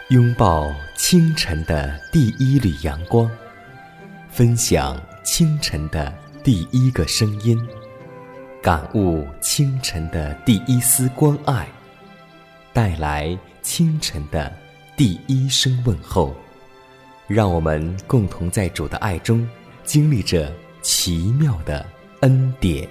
拥抱清晨的第一缕阳光，分享清晨的第一个声音，感悟清晨的第一丝关爱，带来清晨的第一声问候。让我们共同在主的爱中经历着奇妙的恩典。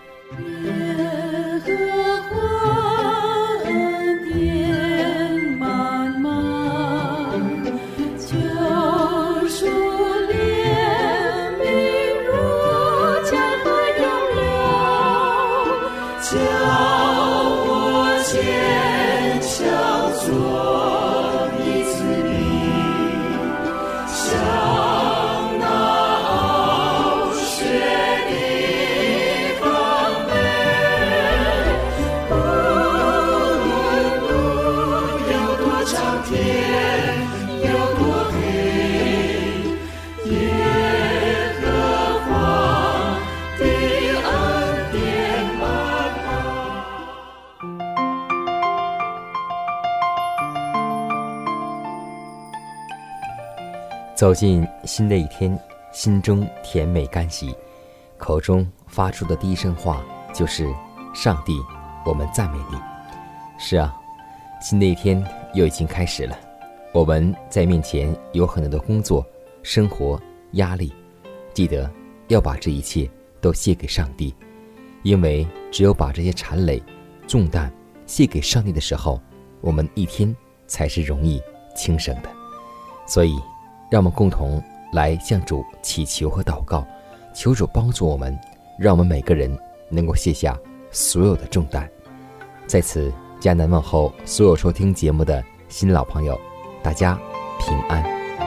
走进新的一天，心中甜美甘喜，口中发出的第一声话就是上帝，我们赞美你。是啊，新的一天又已经开始了，我们在面前有很多的工作、生活、压力，记得要把这一切都卸给上帝，因为只有把这些缠累、重担卸给上帝的时候，我们一天才是容易轻省的。所以让我们共同来向主祈求和祷告，求主帮助我们，让我们每个人能够卸下所有的重担。在此迦南问候所有收听节目的新老朋友，大家平安。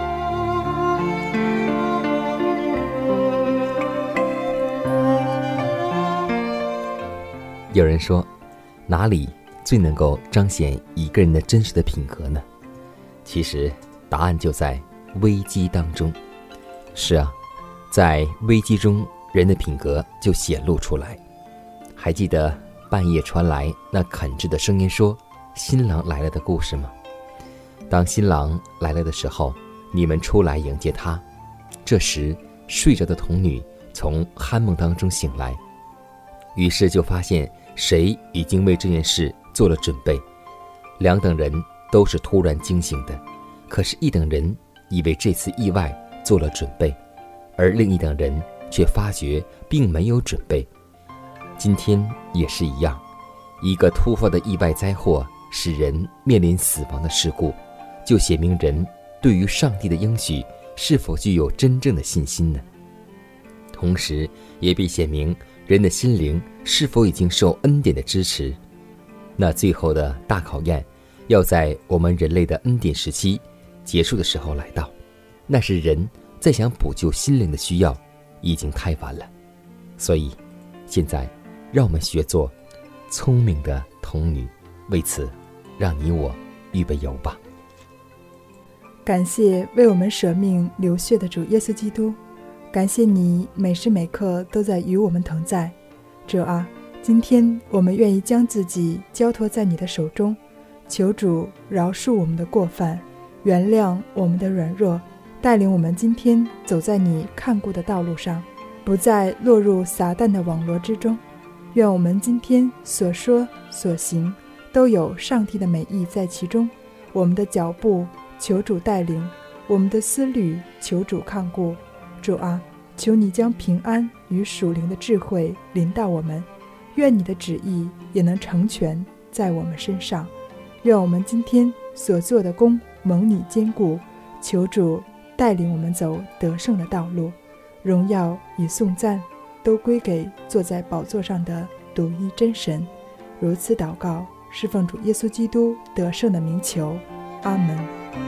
有人说，哪里最能够彰显一个人的真实的品格呢？其实答案就在危机当中。是啊，在危机中，人的品格就显露出来。还记得半夜传来那恳挚的声音说新郎来了的故事吗？当新郎来了的时候，你们出来迎接他。这时睡着的童女从酣梦当中醒来，于是就发现谁已经为这件事做了准备。两等人都是突然惊醒的，可是一等人以为这次意外做了准备，而另一等人却发觉并没有准备。今天也是一样，一个突发的意外灾祸使人面临死亡的事故，就写明人对于上帝的应许是否具有真正的信心呢？同时也必显明人的心灵是否已经受恩典的支持。那最后的大考验要在我们人类的恩典时期结束的时候来到，那是人在想补救心灵的需要已经太晚了。所以现在让我们学做聪明的童女，为此让你我预备油吧。 感谢为我们舍命流血的主耶稣基督，感谢你每时每刻都在与我们同在。主啊，今天我们愿意将自己交托在你的手中，求主饶恕我们的过犯，原谅我们的软弱，带领我们今天走在你看顾的道路上，不再落入撒旦的网罗之中。愿我们今天所说所行都有上帝的美意在其中，我们的脚步求主带领，我们的思虑求主看顾。主啊，求你将平安与属灵的智慧临到我们，愿你的旨意也能成全在我们身上。愿我们今天所做的工蒙你坚固，求主带领我们走得胜的道路，荣耀与颂赞都归给坐在宝座上的独一真神。如此祷告，是奉主耶稣基督得胜的名求，阿门。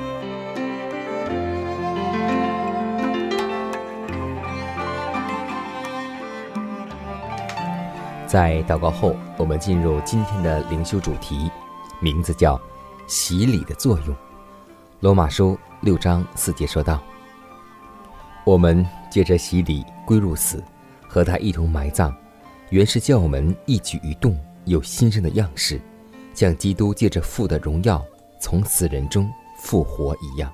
在祷告后，我们进入今天的灵修主题，名字叫洗礼的作用。罗马书6章4节说道，我们借着洗礼归入死，和他一同埋葬，原是叫我们一举一动有新生的样式，将基督借着父的荣耀从死人中复活一样。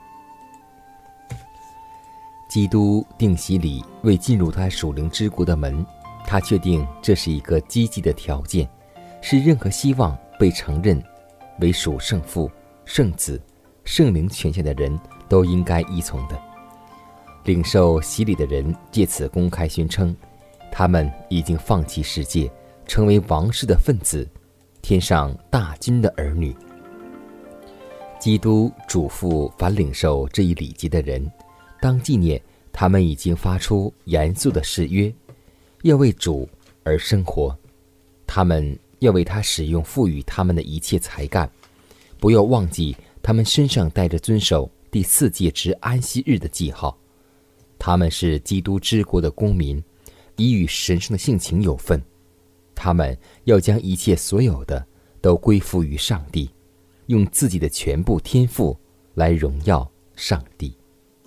基督定洗礼为进入他属灵之国的门，他确定这是一个积极的条件，是任何希望被承认为属圣父、圣子、圣灵权限的人都应该依从的。领受洗礼的人借此公开宣称，他们已经放弃世界，成为王室的分子，天上大军的儿女。基督嘱咐凡领受这一礼节的人，当纪念他们已经发出严肃的誓约，要为主而生活，他们要为他使用赋予他们的一切才干，不要忘记他们身上带着遵守第4诫之安息日的记号。他们是基督之国的公民，已与神圣的性情有份。他们要将一切所有的都归附于上帝，用自己的全部天赋来荣耀上帝。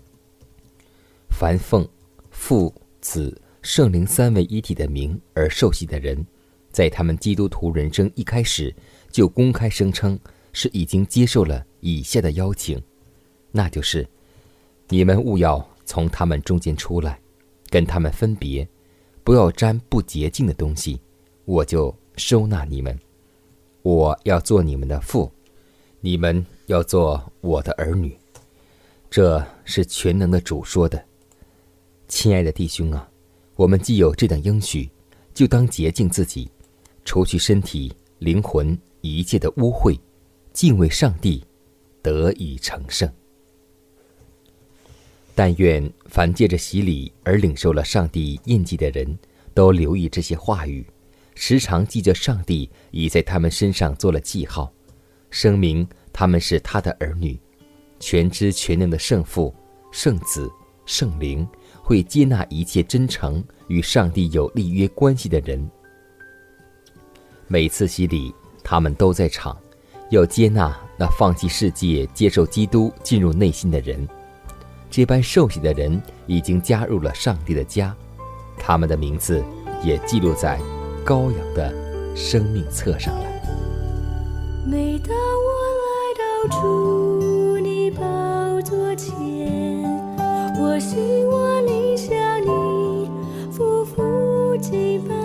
凡奉父、子、圣灵3位一体的名而受洗的人，在他们基督徒人生一开始就公开声称是已经接受了以下的邀请，那就是：你们务要从他们中间出来，跟他们分别，不要沾不洁净的东西，我就收纳你们。我要做你们的父，你们要做我的儿女。这是全能的主说的。亲爱的弟兄啊，我们既有这等应许，就当洁净自己，除去身体、灵魂一切的污秽，敬畏上帝，得以成圣。但愿凡借着洗礼而领受了上帝印记的人，都留意这些话语，时常记着上帝已在他们身上做了记号，声明他们是他的儿女。全知全能的圣父、圣子、圣灵会接纳一切真诚与上帝有立约关系的人。每次洗礼，他们都在场，要接纳那放弃世界、接受基督进入内心的人。这般受洗的人已经加入了上帝的家，他们的名字也记录在羔羊的生命册上了。 每当我来到主你宝座前，我心我灵向你夫妇敬拜，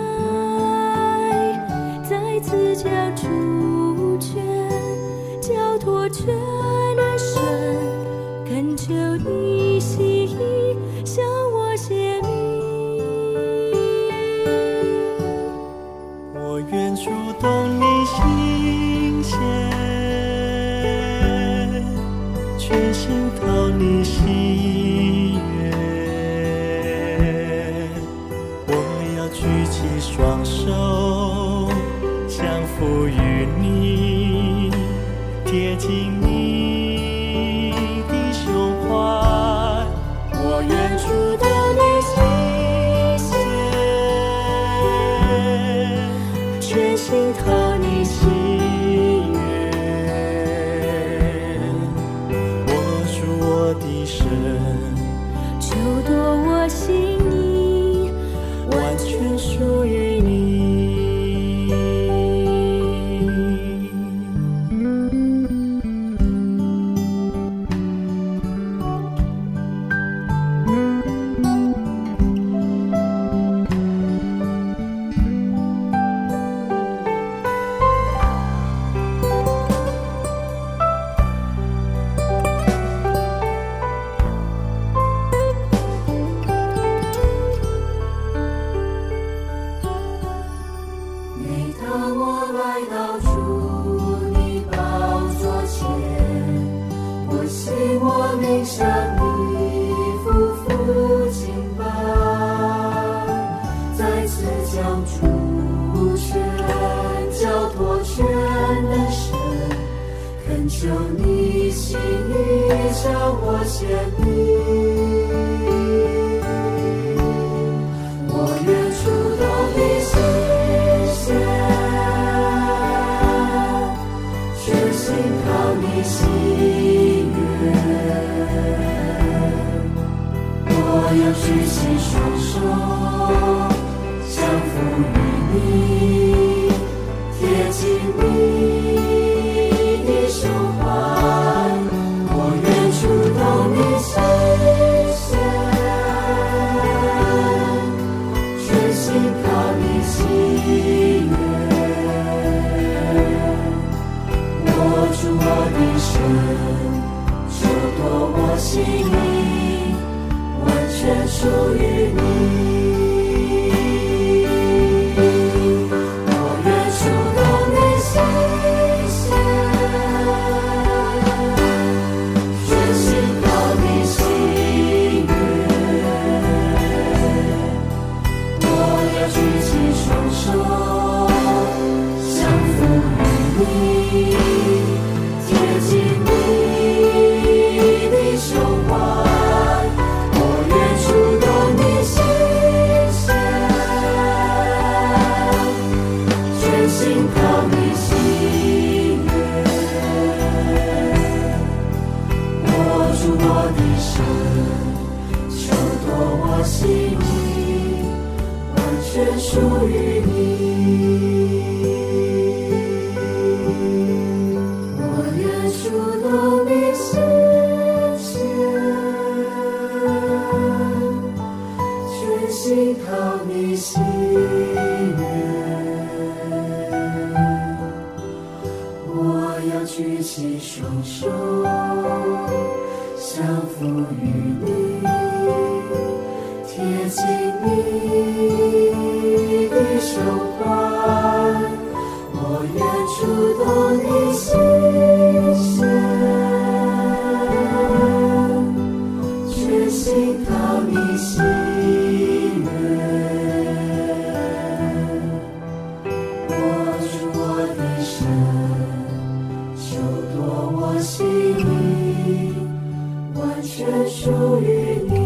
再次将主权交托全能神，恳求你心意向我显明。 我愿触动你心弦，全心讨你喜悦。我要举起双手，降服于你，贴近你的胸怀。我愿触动你心弦，全心讨你喜悦。握住我的神， 就夺我心意， 完全属于你。 每当我来到主你宝座前，我心我灵向你夫妇敬拜，再次将主权交托全能神，恳求你心意向我显明。我愿触动你心弦，全心讨你喜悦。我要举起双手，降服于你，贴近你的胸怀。我属于你。我愿触动你心弦，全心靠你心愿。我要举起双手，降服于你，贴近你的胸怀。心里完全属于你，我愿触动你心弦，全心靠你心愿。我要举起双手，降服于你，贴近你的手环，我愿触动你心弦，全心靠你心愿。握住我的手，求夺我心里，完全属于你。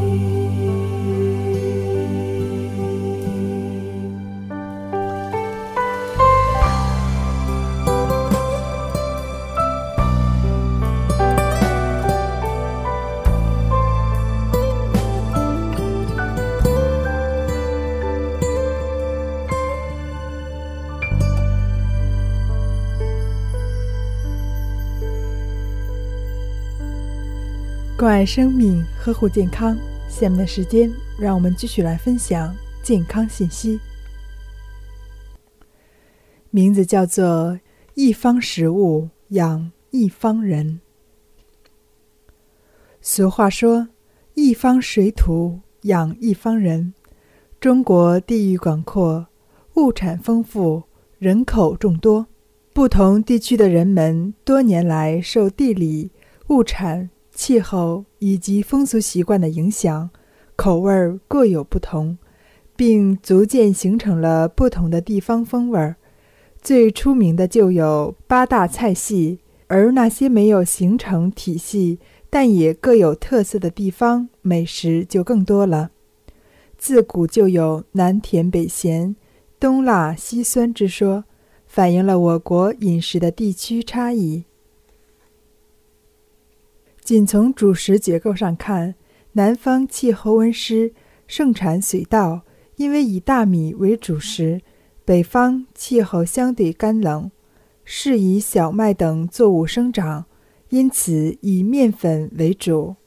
关爱生命，呵护健康。下面的时间，让我们继续来分享健康信息。名字叫做一方食物养一方人。俗话说，一方水土养一方人。中国地域广阔，物产丰富，人口众多，不同地区的人们多年来受地理、物产、气候以及风俗习惯的影响，口味各有不同，并逐渐形成了不同的地方风味。最出名的就有8大菜系，而那些没有形成体系但也各有特色的地方，美食就更多了。自古就有南甜北咸、东辣西酸之说，反映了我国饮食的地区差异。仅从主食结构上看，南方气候温湿，盛产水稻，因为以大米为主食；北方气候相对干冷，适宜小麦等作物生长，因此以面粉为主。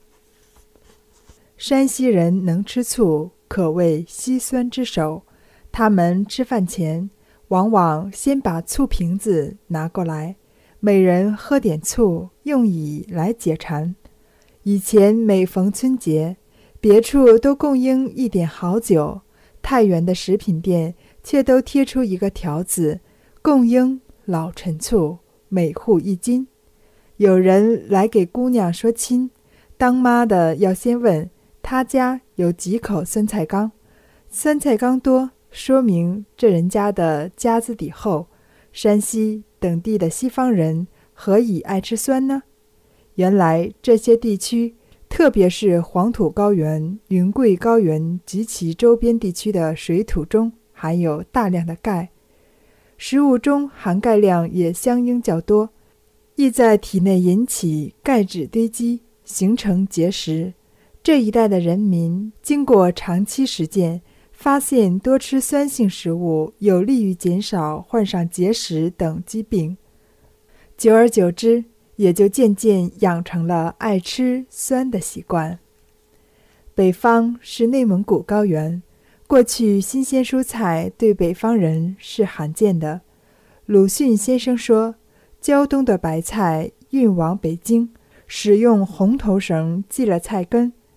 山西人能吃醋，可谓西酸之首。他们吃饭前，往往先把醋瓶子拿过来，每人喝点醋，用以来解馋。以前每逢春节，别处都供应一点好酒，太原的食品店却都贴出一个条子，供应老陈醋，每户1斤。有人来给姑娘说亲，当妈的要先问他家有几口酸菜缸，酸菜缸多，说明这人家的家资底厚。山西等地的西方人何以爱吃酸呢？原来这些地区，特别是黄土高原、云贵高原及其周边地区的水土中含有大量的钙，食物中含钙量也相应较多，易在体内引起钙质堆积，形成结石。这一带的人民经过长期实践，发现多吃酸性食物有利于减少患上结石等疾病，久而久之，也就渐渐养成了爱吃酸的习惯。北方是内蒙古高原，过去新鲜蔬菜对北方人是罕见的。鲁迅先生说，胶东的白菜运往北京，使用红头绳系了菜根，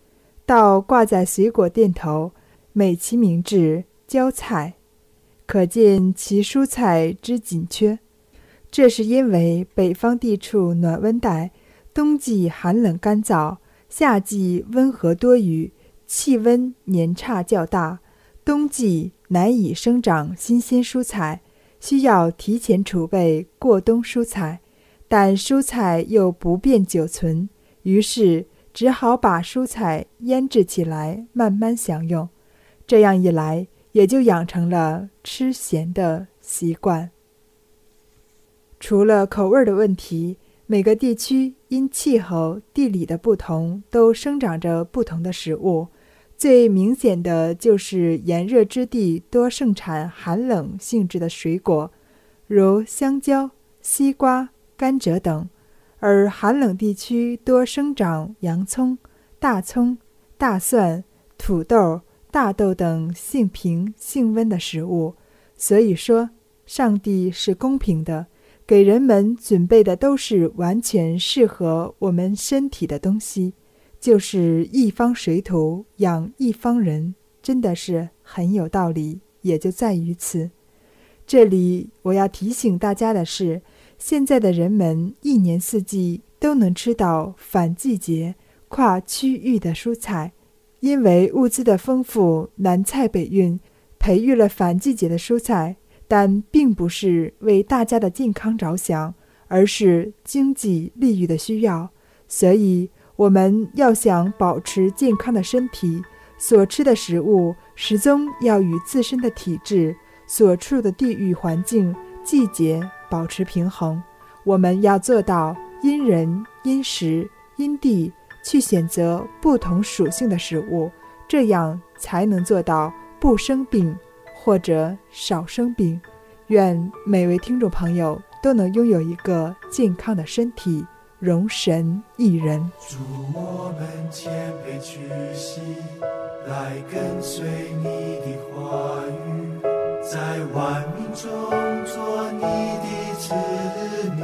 倒挂在水果店头，美其名字浇菜，可见其蔬菜之紧缺。这是因为北方地处暖温带，冬季寒冷干燥，夏季温和多雨，气温年差较大，冬季难以生长新鲜蔬菜，需要提前储备过冬蔬菜，但蔬菜又不便久存，于是只好把蔬菜腌制起来慢慢享用。这样一来，也就养成了吃咸的习惯。除了口味的问题，每个地区因气候、地理的不同，都生长着不同的食物。最明显的就是炎热之地多盛产寒冷性质的水果，如香蕉、西瓜、甘蔗等，而寒冷地区多生长洋葱、大葱、大蒜、土豆、大豆等性平性温的食物。所以说，上帝是公平的，给人们准备的都是完全适合我们身体的东西，就是一方水土养一方人，真的是很有道理，也就在于此。这里我要提醒大家的是，现在的人们一年四季都能吃到反季节、跨区域的蔬菜，因为物资的丰富，南菜北运，培育了反季节的蔬菜，但并不是为大家的健康着想，而是经济利益的需要。所以我们要想保持健康的身体，所吃的食物始终要与自身的体质、所处的地域环境、季节保持平衡。我们要做到因人、因时、因地去选择不同属性的食物，这样才能做到不生病或者少生病。愿每位听众朋友都能拥有一个健康的身体，容神一人。 祝我们谦卑屈膝，来跟随你的话语，在万民中做你的子民。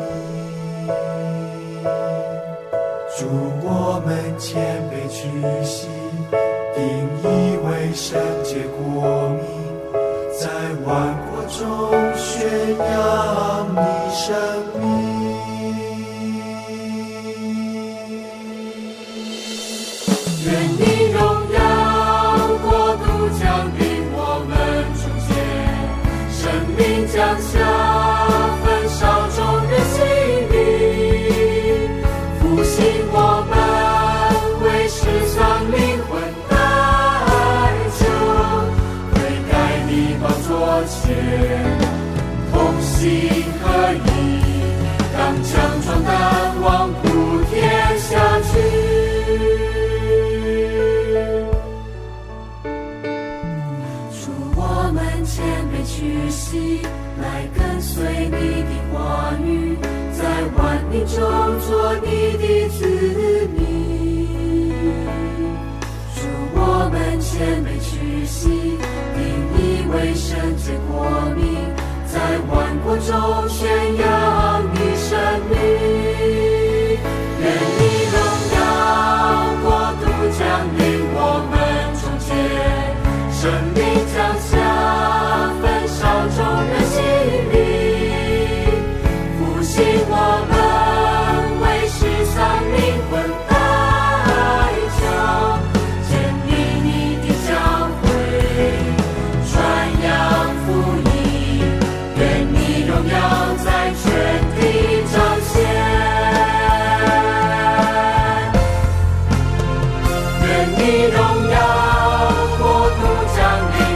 祝我们谦卑屈膝，定义为圣洁国民，在万国中宣扬你生命。 愿你荣耀国度降临我们中间，生命降下，焚烧众人心灵，复兴我们，为世上灵魂代救，悔改你宝座前，同心合一，刚强壮胆，望普天下去。谦卑屈膝，来跟随你的话语，在万民中做你的子民。祝我们谦卑屈膝，定义为圣洁国民，在万国中宣扬你生命。愿你荣耀国度降临我们中间，生命降下，焚烧众人心灵，复兴我们，为世上灵魂代救，建立你的教会，传扬福音，愿你荣耀在全地彰显，愿你荣耀国度降临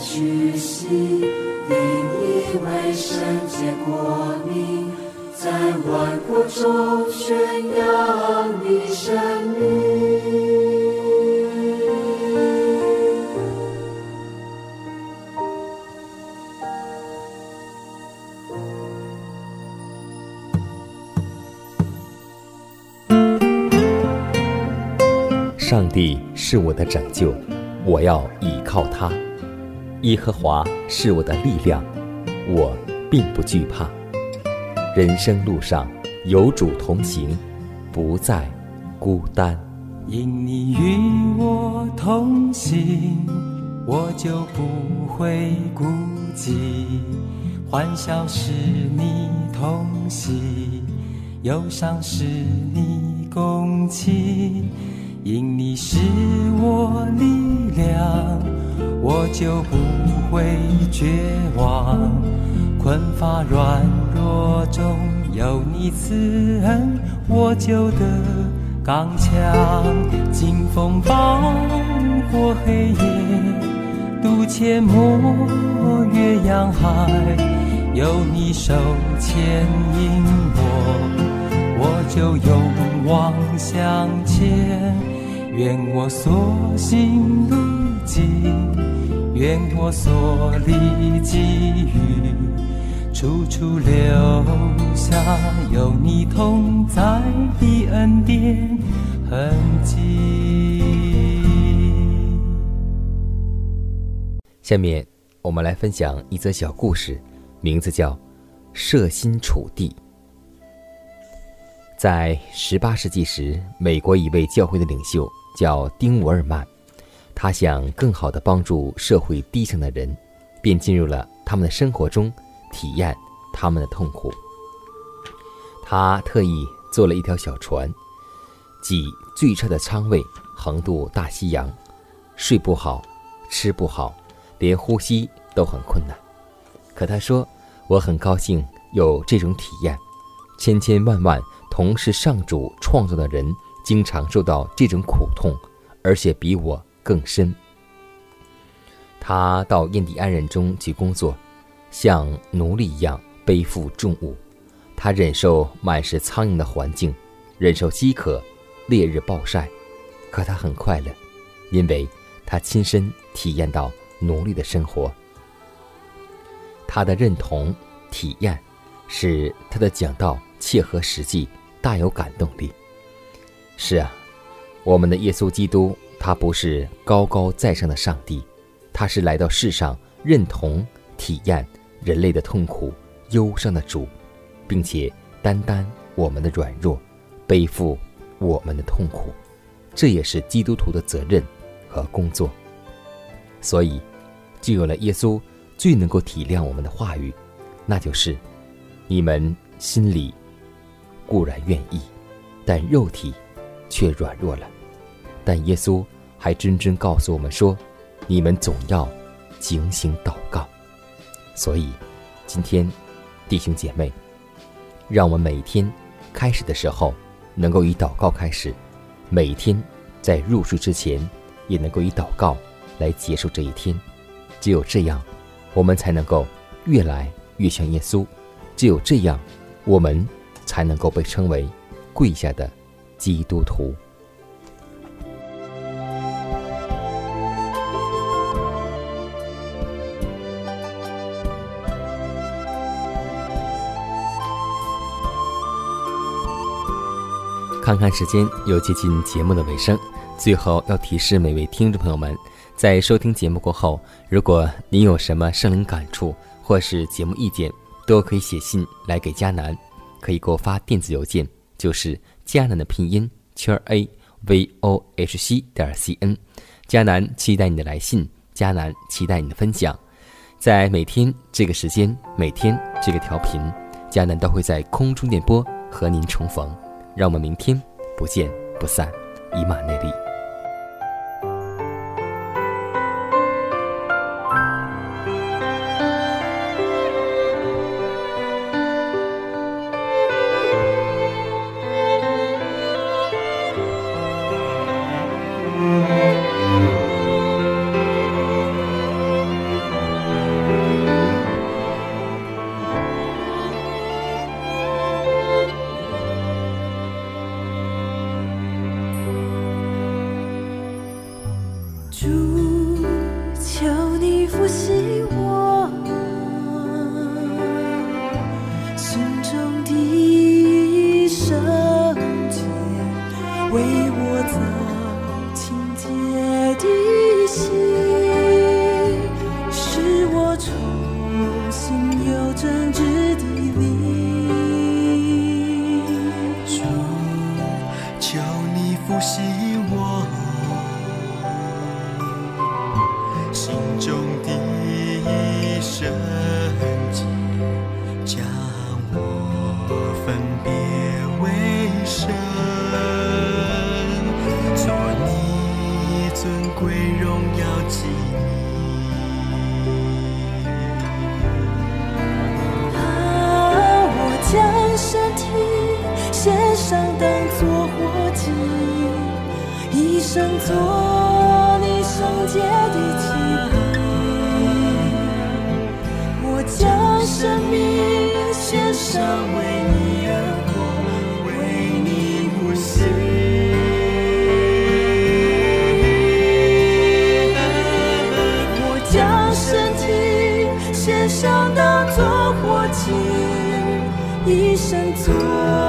屈膝，定义为圣洁国民，在万国中宣扬你生命。 上帝是我的拯救，我要倚靠他。耶和华是我的力量，我并不惧怕。人生路上有主同行，不再孤单。 因你与我同行，我就不会孤寂。欢笑是你同喜，忧伤是你共泣。因你是我力量，我就不会绝望。困乏软弱中有你慈恩，我就得刚强。经风暴或黑夜，渡阡陌越洋海，有你手牵引我就勇往向前。愿我所行路径，愿我所立给予，处处留下有你同在的恩典痕迹。 下面我们来分享一则小故事，名字叫设身处地。在18世纪时，美国一位教会的领袖叫丁伍尔曼，他想更好地帮助社会低层的人，便进入了他们的生活中，体验他们的痛苦。他特意做了一条小船，挤最差的舱位，横渡大西洋，睡不好，吃不好，连呼吸都很困难。可他说，我很高兴有这种体验，千千万万同是上主创造的人经常受到这种苦痛，而且比我更深。他到印第安人中去工作，像奴隶一样背负重物。他忍受满是苍蝇的环境，忍受饥渴、烈日暴晒，可他很快乐，因为他亲身体验到奴隶的生活。他的认同、体验使他的讲道切合实际，大有感动力。是啊，我们的耶稣基督，他不是高高在上的上帝，他是来到世上认同、体验人类的痛苦、忧伤的主，并且担当我们的软弱，背负我们的痛苦，这也是基督徒的责任和工作。所以就有了耶稣最能够体谅我们的话语，那就是你们心里固然愿意，但肉体却软弱了。但耶稣还真正告诉我们说，你们总要警醒祷告。所以今天弟兄姐妹，让我们每天开始的时候能够以祷告开始，每天在入睡之前也能够以祷告来结束这一天。只有这样，我们才能够越来越像耶稣，只有这样，我们才能够被称为跪下的基督徒。看看时间，又接近节目的尾声，最后要提示每位听众朋友们，在收听节目过后，如果您有什么圣灵感触或是节目意见，都可以写信来给迦南，可以给我发电子邮件，就是迦南的拼音@vohc.cn。迦南期待你的来信，迦南期待你的分享。在每天这个时间，每天这个调频，迦南都会在空中电波和您重逢。让我们明天不见不散，以马内利。 主，求你复兴我心中的圣洁，为我造清洁的心，使我重新有正直的灵。 主，求你复兴我心中的圣洁，将我分别为圣，做你尊贵荣耀祭我将身体献上当作活祭，一生做你圣洁的祭品。我将生命献上，为你而活，为你呼吸。我将身体献上当作活祭，一生做